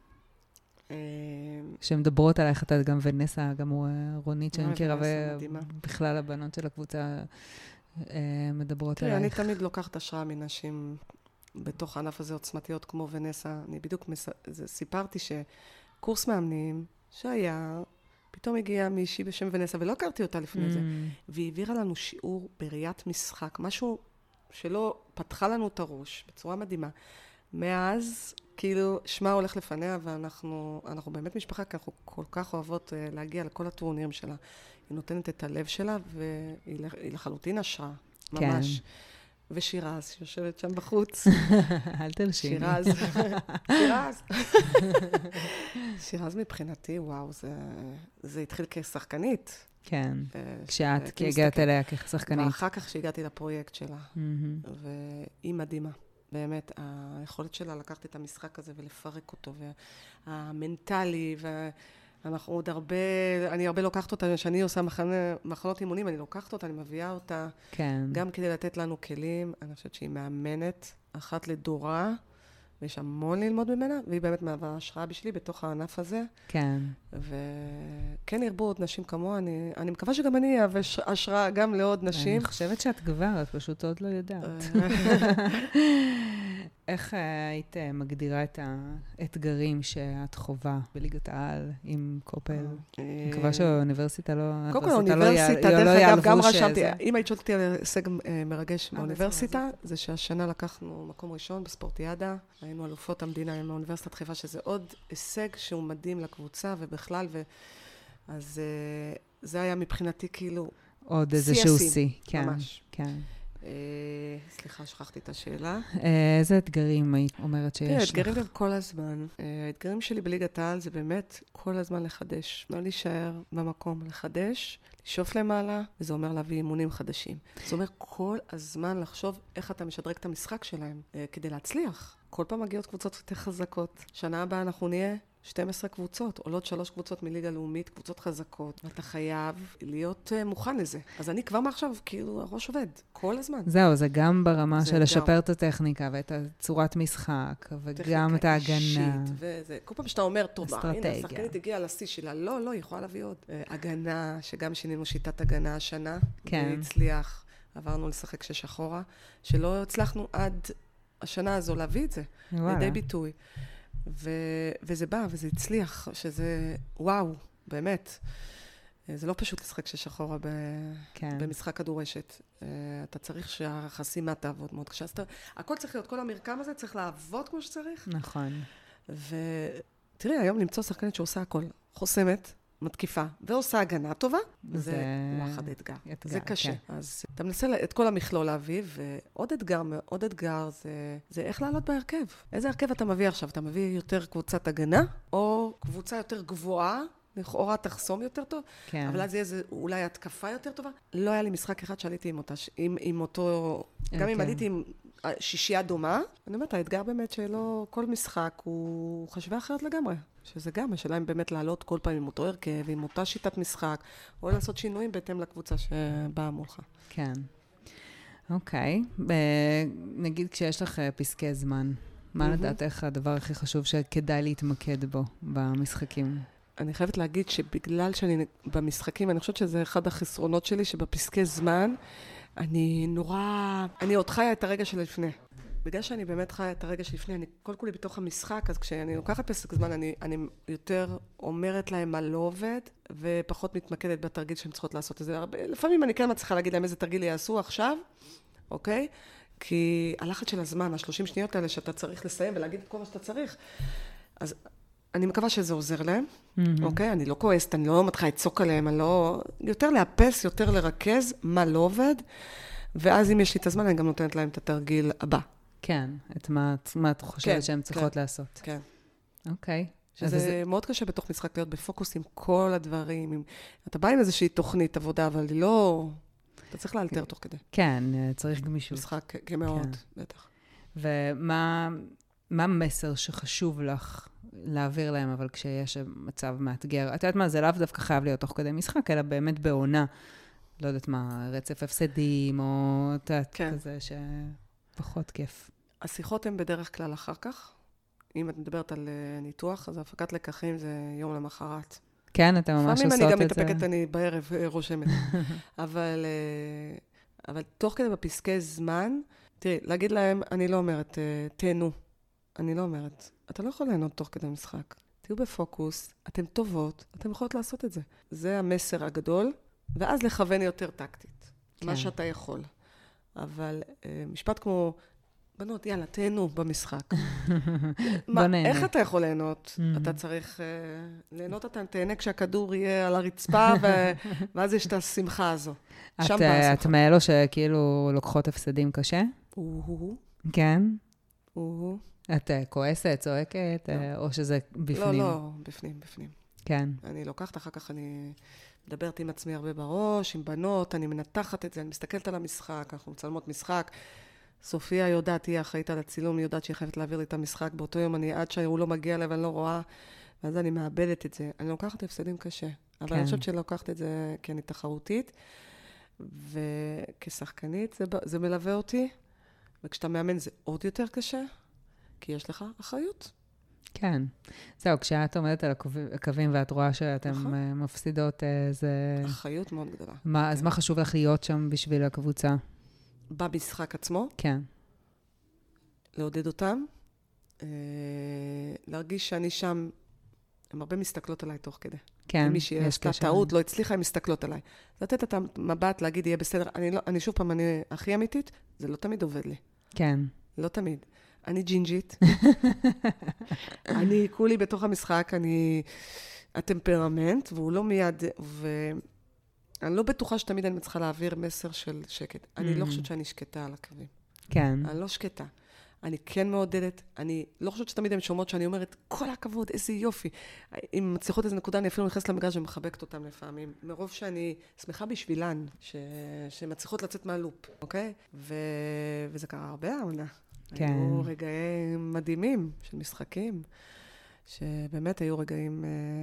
שמדברות עלייך, אתה גם ונסה, גם רונית שאני מכירה, ובכלל הבנות של הקבוצה מדברות עלייך. אני תמיד לוקחת השראה מנשים בתוך הענף הזה עוצמתיות כמו ונסה. אני בדיוק סיפרתי שקורס מאמנים שהיה, פתאום הגיעה מישהי בשם ונסה, ולא הכרתי אותה לפני זה, והיא העבירה לנו שיעור בראיית משחק, משהו שלא פתחה לנו את הראש, בצורה מדהימה. מאז, כאילו, שמה הולך לפניה, ואנחנו באמת משפחה, כי אנחנו כל כך אוהבות להגיע לכל הטורנירים שלה. היא נותנת את הלב שלה, והיא לחלוטין השראה, ממש. ושירז, שיושבת שם בחוץ. אל תלשיני. שירז מבחינתי, וואו, זה התחיל כשחקנית. כן, כשאת הגעת אליה כשחקנית. ואחר כך שהגעתי לפרויקט שלה. והיא מדהימה. באמת, היכולת שלה לקחת את המשחק הזה ולפרק אותו, והמנטלי, ואנחנו עוד הרבה, אני הרבה לוקחת אותה, כשאני עושה מחנות אימונים, אני לוקחת אותה, אני מביאה אותה, כן. גם כדי לתת לנו כלים. אני חושבת שהיא מאמנת, אחת לדורה, ויש המון ללמוד ממנה, והיא באמת מהווה השראה בשבילי בתוך הענף הזה. כן. וכן ירבו עוד נשים כמוה, אני מקווה שגם אני אהווה השראה גם לעוד נשים. אני חושבת שאת כבר, את פשוט עוד לא יודעת. איך היית מגדירה את האתגרים שאת חווה בליגת העל עם קופל? אני מקווה שהאוניברסיטה לא... קודם כל, האוניברסיטה, דרך אגב, גם רשמתי, אם היית שואלת אותי על הישג מרגש באוניברסיטה, זה שהשנה לקחנו מקום ראשון בספורטיאדה, היינו אלופות המדינה עם האוניברסיטת חיפה, שזה עוד הישג שהוא מדהים לקבוצה ובכלל, אז זה היה מבחינתי כאילו... עוד איזשהו שיא, כן. ממש. כן. סליחה, שכחתי את השאלה. איזה אתגרים היית אומרת שיש לך? אתגרים גם כל הזמן. האתגרים שלי בליגת העל זה באמת כל הזמן לחדש. לא להישאר במקום, לחדש, לשאוף למעלה, וזה אומר להביא אימונים חדשים. זה אומר כל הזמן לחשוב איך אתה משדרג את המשחק שלהם, כדי להצליח. כל פעם מגיעות קבוצות יותר חזקות. שנה הבאה אנחנו נהיה 12 קבוצות, עולות 3 קבוצות מליגה לאומית, קבוצות חזקות, ואתה חייב להיות מוכן לזה. אז אני כבר מעכשיו, כאילו, הראש עובד, כל הזמן. זהו, זה גם ברמה של לשפר את הטכניקה ואת צורת משחק, וגם את ההגנה. כל פעם שאתה אומר, טוב, הנה, השחקנית הגיעה לשיא שלה, לא, היא יכולה להביא עוד. הגנה, שגם שינינו שיטת הגנה השנה, והצליח, עברנו לשחק 6 אחורה, שלא הצלחנו עד השנה הזו להביא את זה, לידי ביטוי. וזה בא, וזה הצליח, שזה וואו, באמת. זה לא פשוט לשחק 6 אחורה במשחק כדורשת. אתה צריך שהחסימה תעבוד מאוד קשה. הכל צריך להיות, כל המרקם הזה צריך לעבוד כמו שצריך. נכון. ותראי, היום למצוא שחקנית שעושה הכל, חוסמת, מתקיפה, ועושה הגנה טובה, זה וואחד אתגר. זה קשה. אז אתה מנסה את כל המכלול להביא, ועוד אתגר זה איך לעלות בהרכב. איזה הרכב אתה מביא עכשיו? אתה מביא יותר קבוצת הגנה, או קבוצה יותר גבוהה, לכאורה תחסום יותר טוב, אבל אז יהיה אולי התקפה יותר טובה. לא היה לי משחק אחד שעליתי עם אותו, גם אם עליתי עם שישייה דומה, אני אומרת, האתגר באמת שלא, כל משחק הוא חשבה אחרת לגמרי. שזה גם, השאלה אם באמת לעלות כל פעם עם אותו הרכב, עם אותה שיטת משחק, או לעשות שינויים בהתאם לקבוצה שבאה מולך. כן. אוקיי. נגיד כשיש לך פסקי זמן, מה לדעתך הדבר הכי חשוב שכדאי להתמקד בו במשחקים? אני חייבת להגיד שבגלל שאני במשחקים, אני חושבת שזה אחד החסרונות שלי, שבפסקי זמן, אני עוד חיה את הרגע של לפני. בגלל שאני באמת חיה את הרגע שלפני, אני כל כולי בתוך המשחק, אז כשאני לוקחת פסק זמן, אני יותר אומרת להם מה לא עובד, ופחות מתמקדת בתרגיל שהן צריכות לעשות את זה. לפעמים אני כן מצליחה להגיד להם איזה תרגיל יעשו עכשיו, אוקיי? כי הלחץ של הזמן, 30 שניות האלה שאתה צריך לסיים ולהגיד את כל מה שאתה צריך, אז אני מקווה שזה עוזר להם, אוקיי? אני לא כועסת, אני לא מתחילה לצוק עליהם, אני לא... יותר לאפס, יותר לרכז מה לא עובד, ואז אם יש לי את הזמן, אני גם נותנת להם את התרגיל הבא. כן, את מה את חושבת שהן צריכות לעשות. כן. אוקיי. שזה מאוד קשה בתוך משחק להיות בפוקוס עם כל הדברים. אתה בא עם איזושהי תוכנית עבודה, אבל היא לא... אתה צריך לאלתר תוך כדי. כן, צריך גמישות. משחק כמאוד, בטח. ומה המסר שחשוב לך להעביר להם, אבל כשיש מצב מאתגר? את יודעת מה, זה לאו דווקא חייב להיות תוך כדי משחק, אלא באמת בעונה. לא יודעת מה, רצף הפסדים, או כזה שפחות כיף. השיחות הן בדרך כלל אחר כך. אם את מדברת על ניתוח, אז הפקת לקחים זה יום למחרת. כן, אתם ממש עושות את זה. לפעמים אני גם מתאפקת, אני בערב רושמת. אבל תוך כדי בפסקי זמן, תראי, להגיד להם, אני לא אומרת, תהנו. אני לא אומרת, אתה לא יכול ליהנות תוך כדי משחק. תהיו בפוקוס, אתם טובות, אתם יכולות לעשות את זה. זה המסר הגדול, ואז לכוון יותר טקטית. מה שאתה יכול. אבל משפט כמו, בנות, יאללה, תהנו במשחק. איך אתה יכול ליהנות? אתה צריך ליהנות, אתה תהנה כשהכדור יהיה על הרצפה, ואז יש את השמחה הזו. את מאלו שכאילו לוקחות הפסדים קשה? כן? את כועסת, צועקת, או שזה בפנים? לא, בפנים. כן. אני לוקחת, אחר כך אני מדברת עם עצמי הרבה בראש, עם בנות, אני מנתחת את זה, אני מסתכלת על המשחק, אנחנו מצלמות משחק. סופיה יודעת, היא אחראית על הצילום, היא יודעת שהיא חייבת להעביר לי את המשחק. באותו יום עד שהוא לא מגיע אליי ואני לא רואה, ואז אני מאבדת את זה. אני לוקחת הפסדים קשה, אבל אני חושבת שלוקחת את זה כי אני תחרותית, וכשחקנית זה מלווה אותי, וכשאתה מאמן זה עוד יותר קשה, כי יש לך אחריות. כן. זהו, כשאת עומדת על הקווים ואת רואה שאתן מפסידות, זה... אחריות מאוד גדולה. אז מה חשוב לך להיות שם בשביל הקבוצה? במשחק עצמו. כן. לעודד אותם. להרגיש שאני שם, הן הרבה מסתכלות עליי תוך כדי. כן. מי שעשתה טעות, לא הצליחה, הן מסתכלות עליי. לתת את המבט, להגיד, יהיה בסדר. אני שוב פעם, אני הכי אמיתית, זה לא תמיד עובד לי. כן. לא תמיד. אני ג'ינג'ית. אני כולי בתוך המשחק, אני הטמפרמנט, והוא לא מיד, אני לא בטוחה שתמיד אני מצליחה להעביר מסר של שקט. אני לא חושבת שאני שקטה על הקווים. כן. אני לא שקטה. אני כן מעודדת. אני לא חושבת שתמיד הן שומעות שאני אומרת, כל הכבוד, איזה יופי. אם מצליחות איזו נקודה, אני אפילו נכנסת למגרש ומחבקת אותם לפעמים. מרוב שאני שמחה בשבילן, שמצליחות לצאת מהלופ, אוקיי? וזה קרה הרבה העונה. כן. היו רגעים מדהימים של משחקים, שבאמת היו רגעים...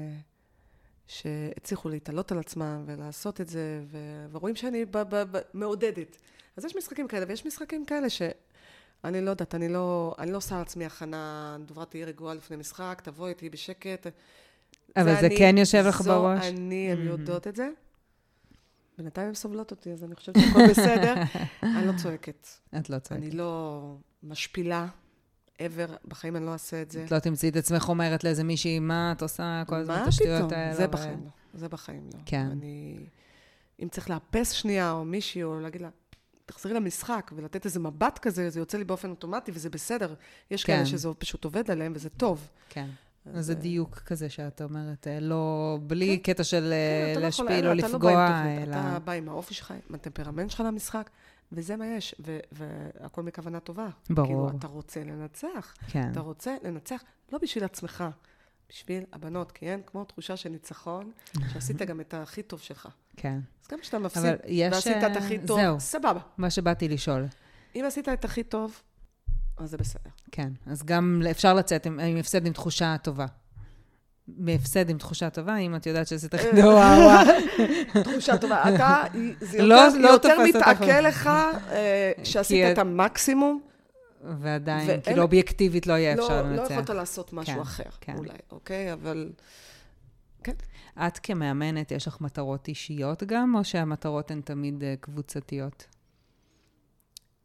שהצליחו להתעלות על עצמם ולעשות את זה, ורואים שאני מעודדת. אז יש משחקים כאלה, ויש משחקים כאלה שאני לא יודעת, אני לא עושה על עצמי הכנה, דוברת תהי רגועה לפני משחק, תבואי, תהי בשקט. אבל זה כן יושב לך בראש? הן יודעות את זה. בינתיים הן סובלות אותי, אז אני חושבת שהכל בסדר. אני לא צועקת. את לא צועקת. אני לא משפילה. בחיים אני לא אעשה את זה. את לא תמצאי את עצמך אומרת לאיזה מישהי, מה את עושה כל הזמן את השטויות האלה? מה פתאום? זה בחיים לא. זה בחיים לא. כן. אם צריך לאפס שנייה או מישהי, או להגיד לה, תחזרי למשחק ולתת איזה מבט כזה, זה יוצא לי באופן אוטומטי וזה בסדר. יש כאלה שזה פשוט עובד עליהם וזה טוב. כן. אז זה דיוק כזה שאת אומרת, לא, בלי קטע של להשפיל או לפגוע, אלא... אתה בא עם האופי שלך, עם הטמפרמנט שלך למשחק, וזה מה יש, והכל מכוונה טובה. ברור. כאילו, אתה רוצה לנצח. כן. אתה רוצה לנצח, לא בשביל עצמך, בשביל הבנות, כי אין כמו תחושה של ניצחון, שעשית גם את הכי טוב שלך. כן. אז גם כשאתה מפסיד, ועשית את הכי טוב, סבבה. מה שבאתי לשאול. אם עשית את הכי טוב, אז זה בסדר. כן, אז גם אפשר לצאת עם הפסד עם תחושה טובה. מהפסד עם תחושה טובה, אם את יודעת שזה תחידו, וואו. תחושה טובה. אתה, זה יותר מתעכל לך, שעשית את המקסימום. ועדיין, כאילו אובייקטיבית לא יהיה אפשר לנצח. לא יכולת לעשות משהו אחר, אולי, אוקיי? אבל, כן. את כמאמנת, יש לך מטרות אישיות גם, או שהמטרות הן תמיד קבוצתיות?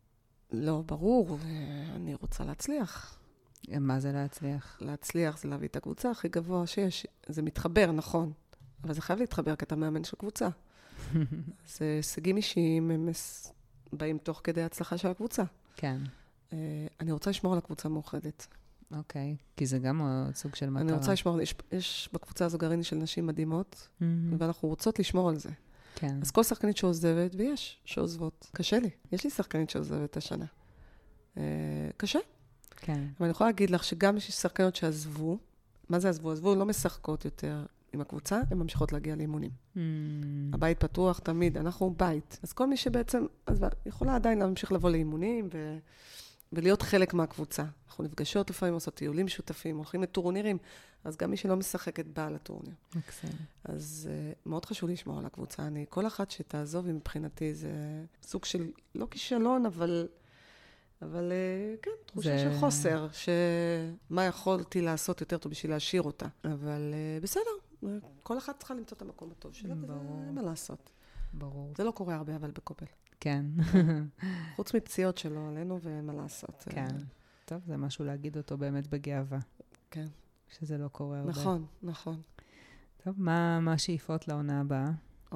לא, ברור, אני רוצה להצליח. מה זה להצליח? להצליח זה להביא את הקבוצה הכי גבוה שיש. זה מתחבר, נכון. אבל זה חייב להתחבר, כי אתה מאמן של קבוצה. אז הישגים אישיים, הם באים תוך כדי הצלחה של הקבוצה. כן. אני רוצה לשמור על הקבוצה מאוחדת. אוקיי, כי זה גם סוג של מטרה. אני רוצה לשמור, יש בקבוצה הזו גרעין של נשים מדהימות, ואנחנו רוצות לשמור על זה. כן. אז כל שחקנית שעוזבת, ויש שעוזבות. קשה לי. יש לי שחקנית שעוזבת השנה. קשה. כן. אבל אני יכולה להגיד לך שגם יש שחקנות שעזבו, מה זה עזבו? עזבו, לא משחקות יותר עם הקבוצה, הן ממשיכות להגיע לאימונים. הבית פתוח תמיד, אנחנו בית. אז כל מי שבעצם, אז יכולה עדיין להמשיך לבוא לאימונים ולהיות חלק מהקבוצה. אנחנו נפגשות לפעמים, עושות טיולים משותפים, הולכים לטורנירים, אז גם מי שלא משחקת באה לטורניר. אז מאוד חשוב לשמור על הקבוצה. כל אחת שתעזוב, מבחינתי זה סוג של, לא כישלון, אבל כן, תחושה של חוסר, שמה יכולתי לעשות יותר טוב בשביל להשאיר אותה. אבל בסדר, כל אחת צריכה למצוא את המקום הטוב שלה, וזה מה לעשות. ברור. זה לא קורה הרבה, אבל בקופל. כן. חוץ מפציעות שלו עלינו, ומה לעשות. כן. טוב, זה משהו להגיד אותו באמת בגאווה. כן. שזה לא קורה הרבה. נכון, נכון. טוב, מה השאיפות לעונה הבאה?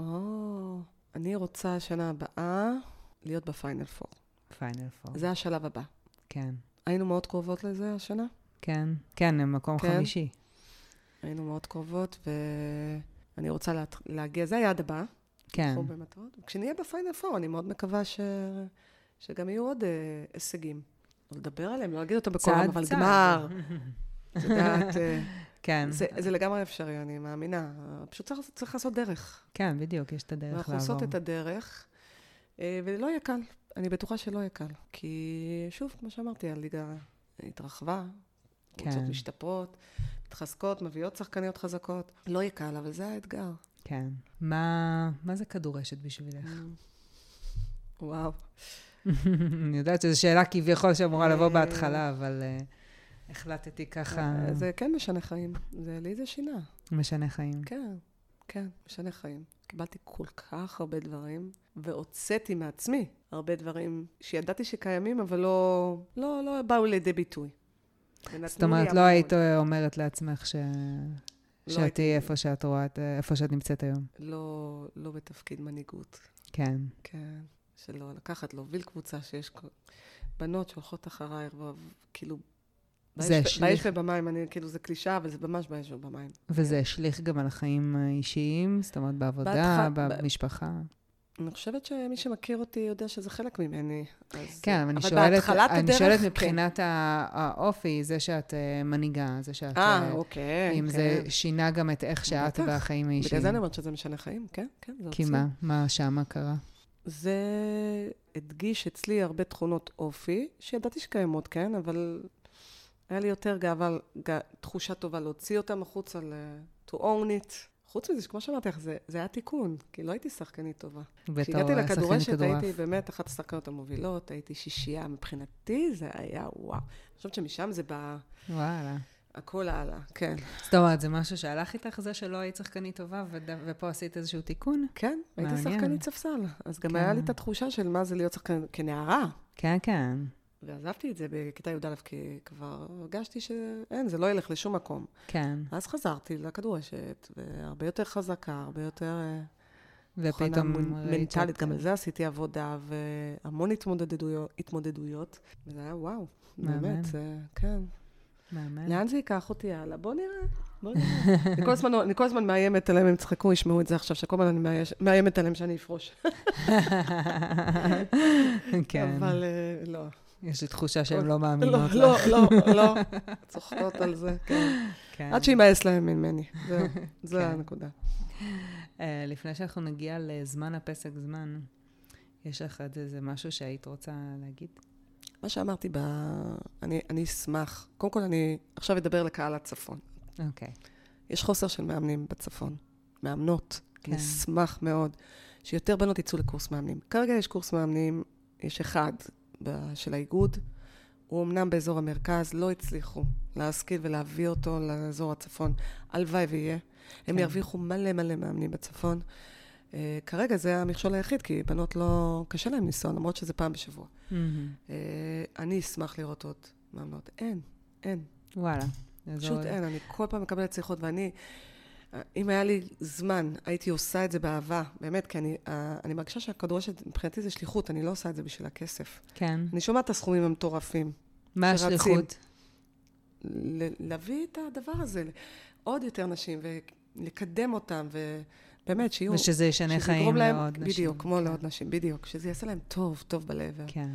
אני רוצה השנה הבאה להיות בפיינל 4. פיינל 4. זה השלב הבא. כן. היינו מאוד קרובות לזה השנה? כן. כן, מקום חמישי. היינו מאוד קרובות, ואני רוצה להגיע, זה היעד הבא. כן. כשנהיה בפיינל 4, אני מאוד מקווה שגם יהיו עוד הישגים. לא לדבר עליהם, לא להגיד אותם בקורם, אבל גמר. את יודעת, כן. זה לגמרי אפשרי, אני מאמינה. פשוט צריך לעשות דרך. כן, בדיוק, יש את הדרך לעבור. אנחנו עושות את הדרך, ולא יהיה קל. אני בטוחה שלא יהיה קל. כי שוב, כמו שאמרתי, הליגה התרחבה, קבוצות משתפרות, מתחזקות, מביאות שחקניות חזקות. לא יהיה קל, אבל זה האתגר. כן. מה זה כדורשת בשבילך? וואו. אני יודעת שזו שאלה כביכול שאמורה לבוא בהתחלה, אבל החלטתי ככה... זה כן משנה חיים. לי זה שינה. משנה חיים. כן, כן, משנה חיים. קיבלתי כל כך הרבה דברים, והוצאתי מעצמי הרבה דברים שידעתי שקיימים, אבל לא באו לידי ביטוי. זאת אומרת, לא היית אומרת לעצמך שאת תהיי איפה שאת רואה, איפה שאת נמצאת היום. לא בתפקיד מנהיגות. כן. כן. שלא לקחת, להוביל קבוצה שיש בנות שהולכות אחריי, כאילו, באש ובמים, כאילו זה קלישה, אבל זה ממש באש ובמים. וזה השליך גם על החיים האישיים, זאת אומרת, בעבודה, במשפחה. אני חושבת שמי שמכיר אותי יודע שזה חלק ממני. כן, אבל אני שואלת מבחינת האופי, זה שאת מנהיגה, זה שאת... אוקיי. אם זה שינה גם את איך שאת והחיים האישיים. בגלל זה אני אומרת שזה משנה חיים, כן, כן. כי מה שמה קרה? זה הדגיש אצלי הרבה תכונות אופי, שידעתי שקיימות, כן, אבל היה לי יותר גאווה, תחושה טובה להוציא אותם החוצה, to own it. חוץ מזה, כמו שאמרתי לך, זה היה תיקון, כי לא הייתי שחקנית טובה. כשהגעתי לכדורשת, הייתי באמת אחת השחקנות המובילות, הייתי שישייה. מבחינתי זה היה וואו. אני חושבת שמשם זה בא... וואלה. הכל הלאה, כן. זאת אומרת, זה משהו שהלך איתך זה שלא היית שחקנית טובה, ופה עשית איזשהו תיקון? כן, הייתי שחקנית ספסל. אז גם היה לי את התחושה של מה זה להיות שחקנית כנערה. כן, כן. ועזבתי את זה בכיתה י"א, כי כבר הרגשתי שאין, זה לא ילך לשום מקום. כן. אז חזרתי לכדורשת, והרבה יותר חזקה, הרבה יותר... ופתאום מנטלית, גם על זה עשיתי עבודה, והמון התמודדויות. וזה היה וואו, באמת, כן. לאן זה ייקח אותי? יאללה, בוא נראה. אני כל הזמן מאיימת עליהם, הם צחקו, ישמעו את זה עכשיו, שכל הזמן אני מאיימת עליהם שאני אפרוש. כן. אבל לא. יש לי תחושה שהן לא מאמינות לך. לא, צוחקות על זה, כן. עד שימאס להם ממני, זו הנקודה. לפני שאנחנו נגיע לזמן הפסק זמן, יש לך איזה משהו שהיית רוצה להגיד? מה שאמרתי, אני אשמח. קודם כל, אני עכשיו אדבר לקהל הצפון. אוקיי. יש חוסר של מאמנים בצפון. מאמנות. אני אשמח מאוד שיותר בנות יצאו לקורס מאמנים. כרגע יש קורס מאמנים, יש אחד של האיגוד. הוא אמנם באזור המרכז, לא הצליחו להשכיל ולהביא אותו לאזור הצפון. הלוואי ויהיה. הם ירוויחו מלא מאמנים בצפון. כרגע זה המכשול היחיד, כי בנות לא קשה להם לנסוע, למרות שזה פעם בשבוע. אני אשמח לראות עוד מאמנות. אין. וואלה. פשוט אין, אני כל פעם מקבלת שיחות, ואני, אם היה לי זמן, הייתי עושה את זה באהבה, באמת, כי אני מרגישה שהכדורשת, מבחינתי זה שליחות, אני לא עושה את זה בשביל הכסף. כן. אני שומעת את הסכומים המטורפים. מה השליחות? להביא את הדבר הזה, עוד יותר נשים, ולקדם אותם, ובאמת שיהיו... ושזה ישנה חיים לעוד נשים. בדיוק, כמו לעוד נשים, בדיוק. שזה יעשה להם טוב, טוב בלב. כן.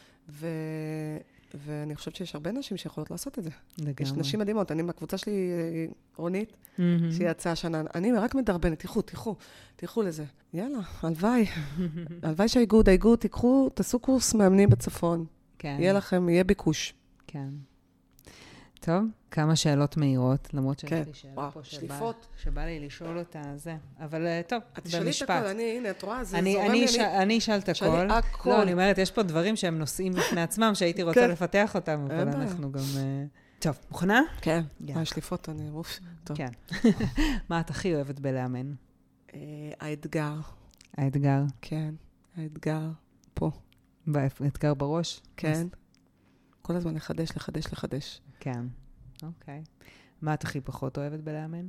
ואני חושבת שיש הרבה נשים שיכולות לעשות את זה. לגמרי. יש נשים מדהימות. אני, מהקבוצה שלי, רונית, שהיא יצאה השנה, אני רק מדרבנת, תלכו לזה. יאללה, הלוואי שהאיגוד, תיקחו, תעשו קורס מאמנים בצפון. כן. יהיה ביקוש. כן. טוב, כמה שאלות מהירות, למרות שיש לי שאלה פה שבא לי לשאול אותה זה. אבל טוב, במשפט. את תשאלי את הכל, הנה, את רואה, זה זורם לי. אני אשאל את הכל. לא, אני אומרת, יש פה דברים שהם נושאים בפני עצמם, שהייתי רוצה לפתח אותם, אבל אנחנו גם... טוב, מוכנה? כן. יש לי פוטו, אני ארוף. כן. מה את הכי אוהבת בלאמן? האתגר. האתגר? כן, האתגר פה. האתגר בראש? כן. כל הזמן לחדש. כן, אוקיי. מה את הכי פחות אוהבת בלאמן?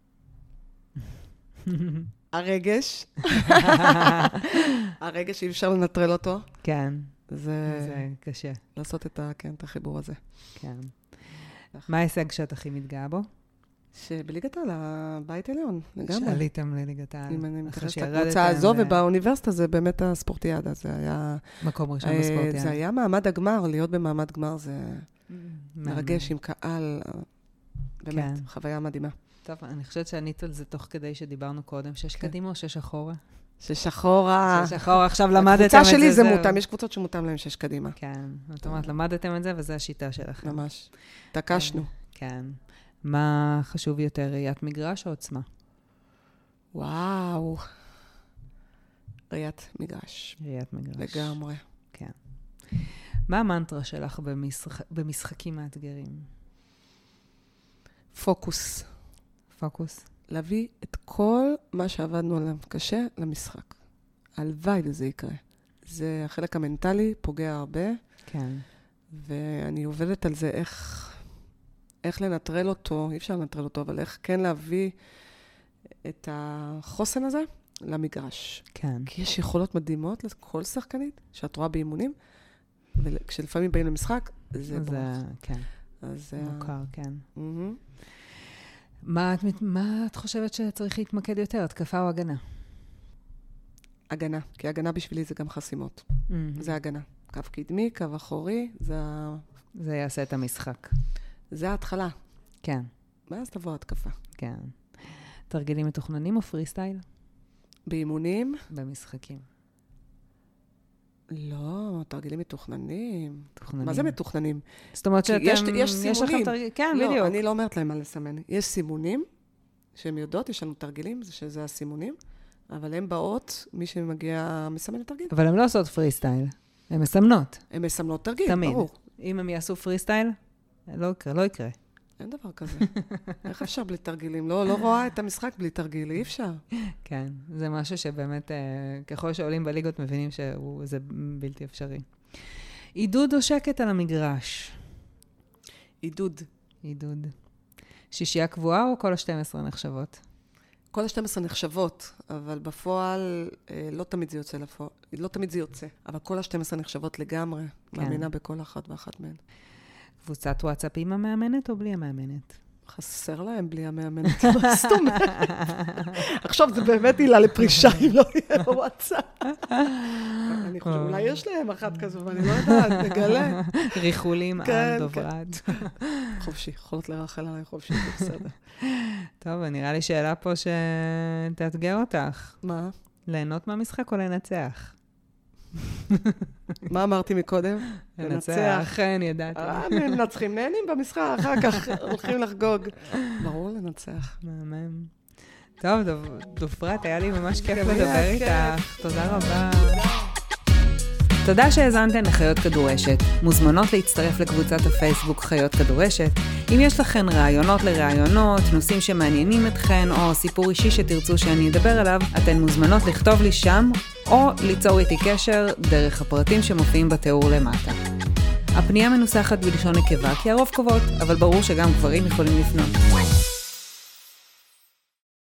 הרגש. הרגש שאי אפשר לנטרל אותו. כן. זה קשה. לעשות את החיבור הזה. כן. מה ההישג שאת הכי מתגאה בו? שבליגת העל, הבית עליון, לגמרי. שעליתם לליגת העל. אם אני מתייחסת לקבוצה הזו, ובאוניברסיטה זה באמת הספורטיאדה, זה היה... מקום ראשון בספורטיאדה. זה היה מעמד הגמר, להיות במעמד גמר זה מרגש עם קהל, באמת, חוויה מדהימה. טוב, אני חושבת שענית על זה תוך כדי שדיברנו קודם, 6 קדימה או 6 אחורה? 6 אחורה. 6 אחורה, עכשיו למדתם את זה. הקבוצה שלי זה מותם, יש קבוצות שמותם להם 6 קדימה. כן, זאת אומרת, למדתם את זה וזו השיטה שלכם. ממש. תקשנו. כן. מה חשוב יותר, ראיית מגרש או עוצמה? וואו. ראיית מגרש. ראיית מגרש. לגמרי. כן. מה המנטרה שלך במשחקים מאתגרים? פוקוס. פוקוס? להביא את כל מה שעבדנו עליו קשה למשחק. הלוואי לזה יקרה. זה החלק המנטלי, פוגע הרבה. כן. ואני עובדת על זה איך לנטרל אותו, אי אפשר לנטרל אותו, אבל איך כן להביא את החוסן הזה למגרש. כן. כי יש יכולות מדהימות לכל שחקנית, שאת רואה באימונים, וכשלפעמים באים למשחק, זה ברוך. כן. אז מוכר, כן. מה את חושבת שצריך להתמקד יותר, התקפה או הגנה? הגנה, כי הגנה בשבילי זה גם חסימות. זה הגנה. קו קדמי, קו אחורי, זה יעשה את המשחק. זה ההתחלה. כן. ואז תבוא התקפה. כן. תרגילים מתוכננים או פרי סטייל? באימונים? במשחקים. לא, תרגילים מתוכננים. מה זה מתוכננים? זאת אומרת שאתם... יש סימונים. כן, לא, בדיוק. אני לא אומרת להם מה לסמן. יש סימונים שהן יודעות, יש לנו תרגילים, שזה הסימונים, אבל הן באות, מי שמגיע מסמן את תרגיל. אבל הן לא עושות פרי סטייל. הן מסמנות. הן מסמנות תרגיל, תמיד. ברור. אם הם יעשו פרי סטייל, לא יקרה. אין דבר כזה. איך אפשר בלי תרגילים? לא רואה את המשחק בלי תרגיל, אי אפשר. כן, זה משהו שבאמת, ככל שעולים בליגות מבינים שזה בלתי אפשרי. עידוד או שקט על המגרש? עידוד. עידוד. שישייה קבועה או כל ה-12 נחשבות? כל ה-12 נחשבות, אבל בפועל לא תמיד זה יוצא לפועל. לא תמיד זה יוצא, אבל כל ה-12 נחשבות לגמרי. מאמינה בכל אחת ואחת מהן. קבוצת וואטסאפ עם המאמנת או בלי המאמנת? חסר להם בלי המאמנת. מה זאת אומרת? עכשיו, זה באמת עילה לפרישה אם לא יהיה בוואטסאפ. אני חושבת, אולי יש להם אחת כזו, ואני לא יודעת, נגלה. ריחולים על דוברת. חופשי, יכולות לרחל עליי חופשי, זה בסדר. טוב, נראה לי שאלה פה שתאתגר אותך. מה? ליהנות מהמשחק או לנצח? מה אמרתי מקודם? לנצח, אני ידעתי. מנצחים, נהנים במשחק, אחר כך הולכים לחגוג. ברור לנצח. מהמם. טוב, דוברת, היה לי ממש כיף לדבר איתך. תודה רבה. תודה שהאזנתן לחיות כדורשת. מוזמנות להצטרף לקבוצת הפייסבוק חיות כדורשת. אם יש לכן רעיונות לרעיונות, נושאים שמעניינים אתכן, או סיפור אישי שתרצו שאני אדבר עליו, אתן מוזמנות לכתוב לי שם, או ליצור איתי קשר דרך הפרטים שמופיעים בתיאור למטה. הפנייה מנוסחת בלשון נקבה, כי הרוב קובעות, אבל ברור שגם גברים יכולים לפנות.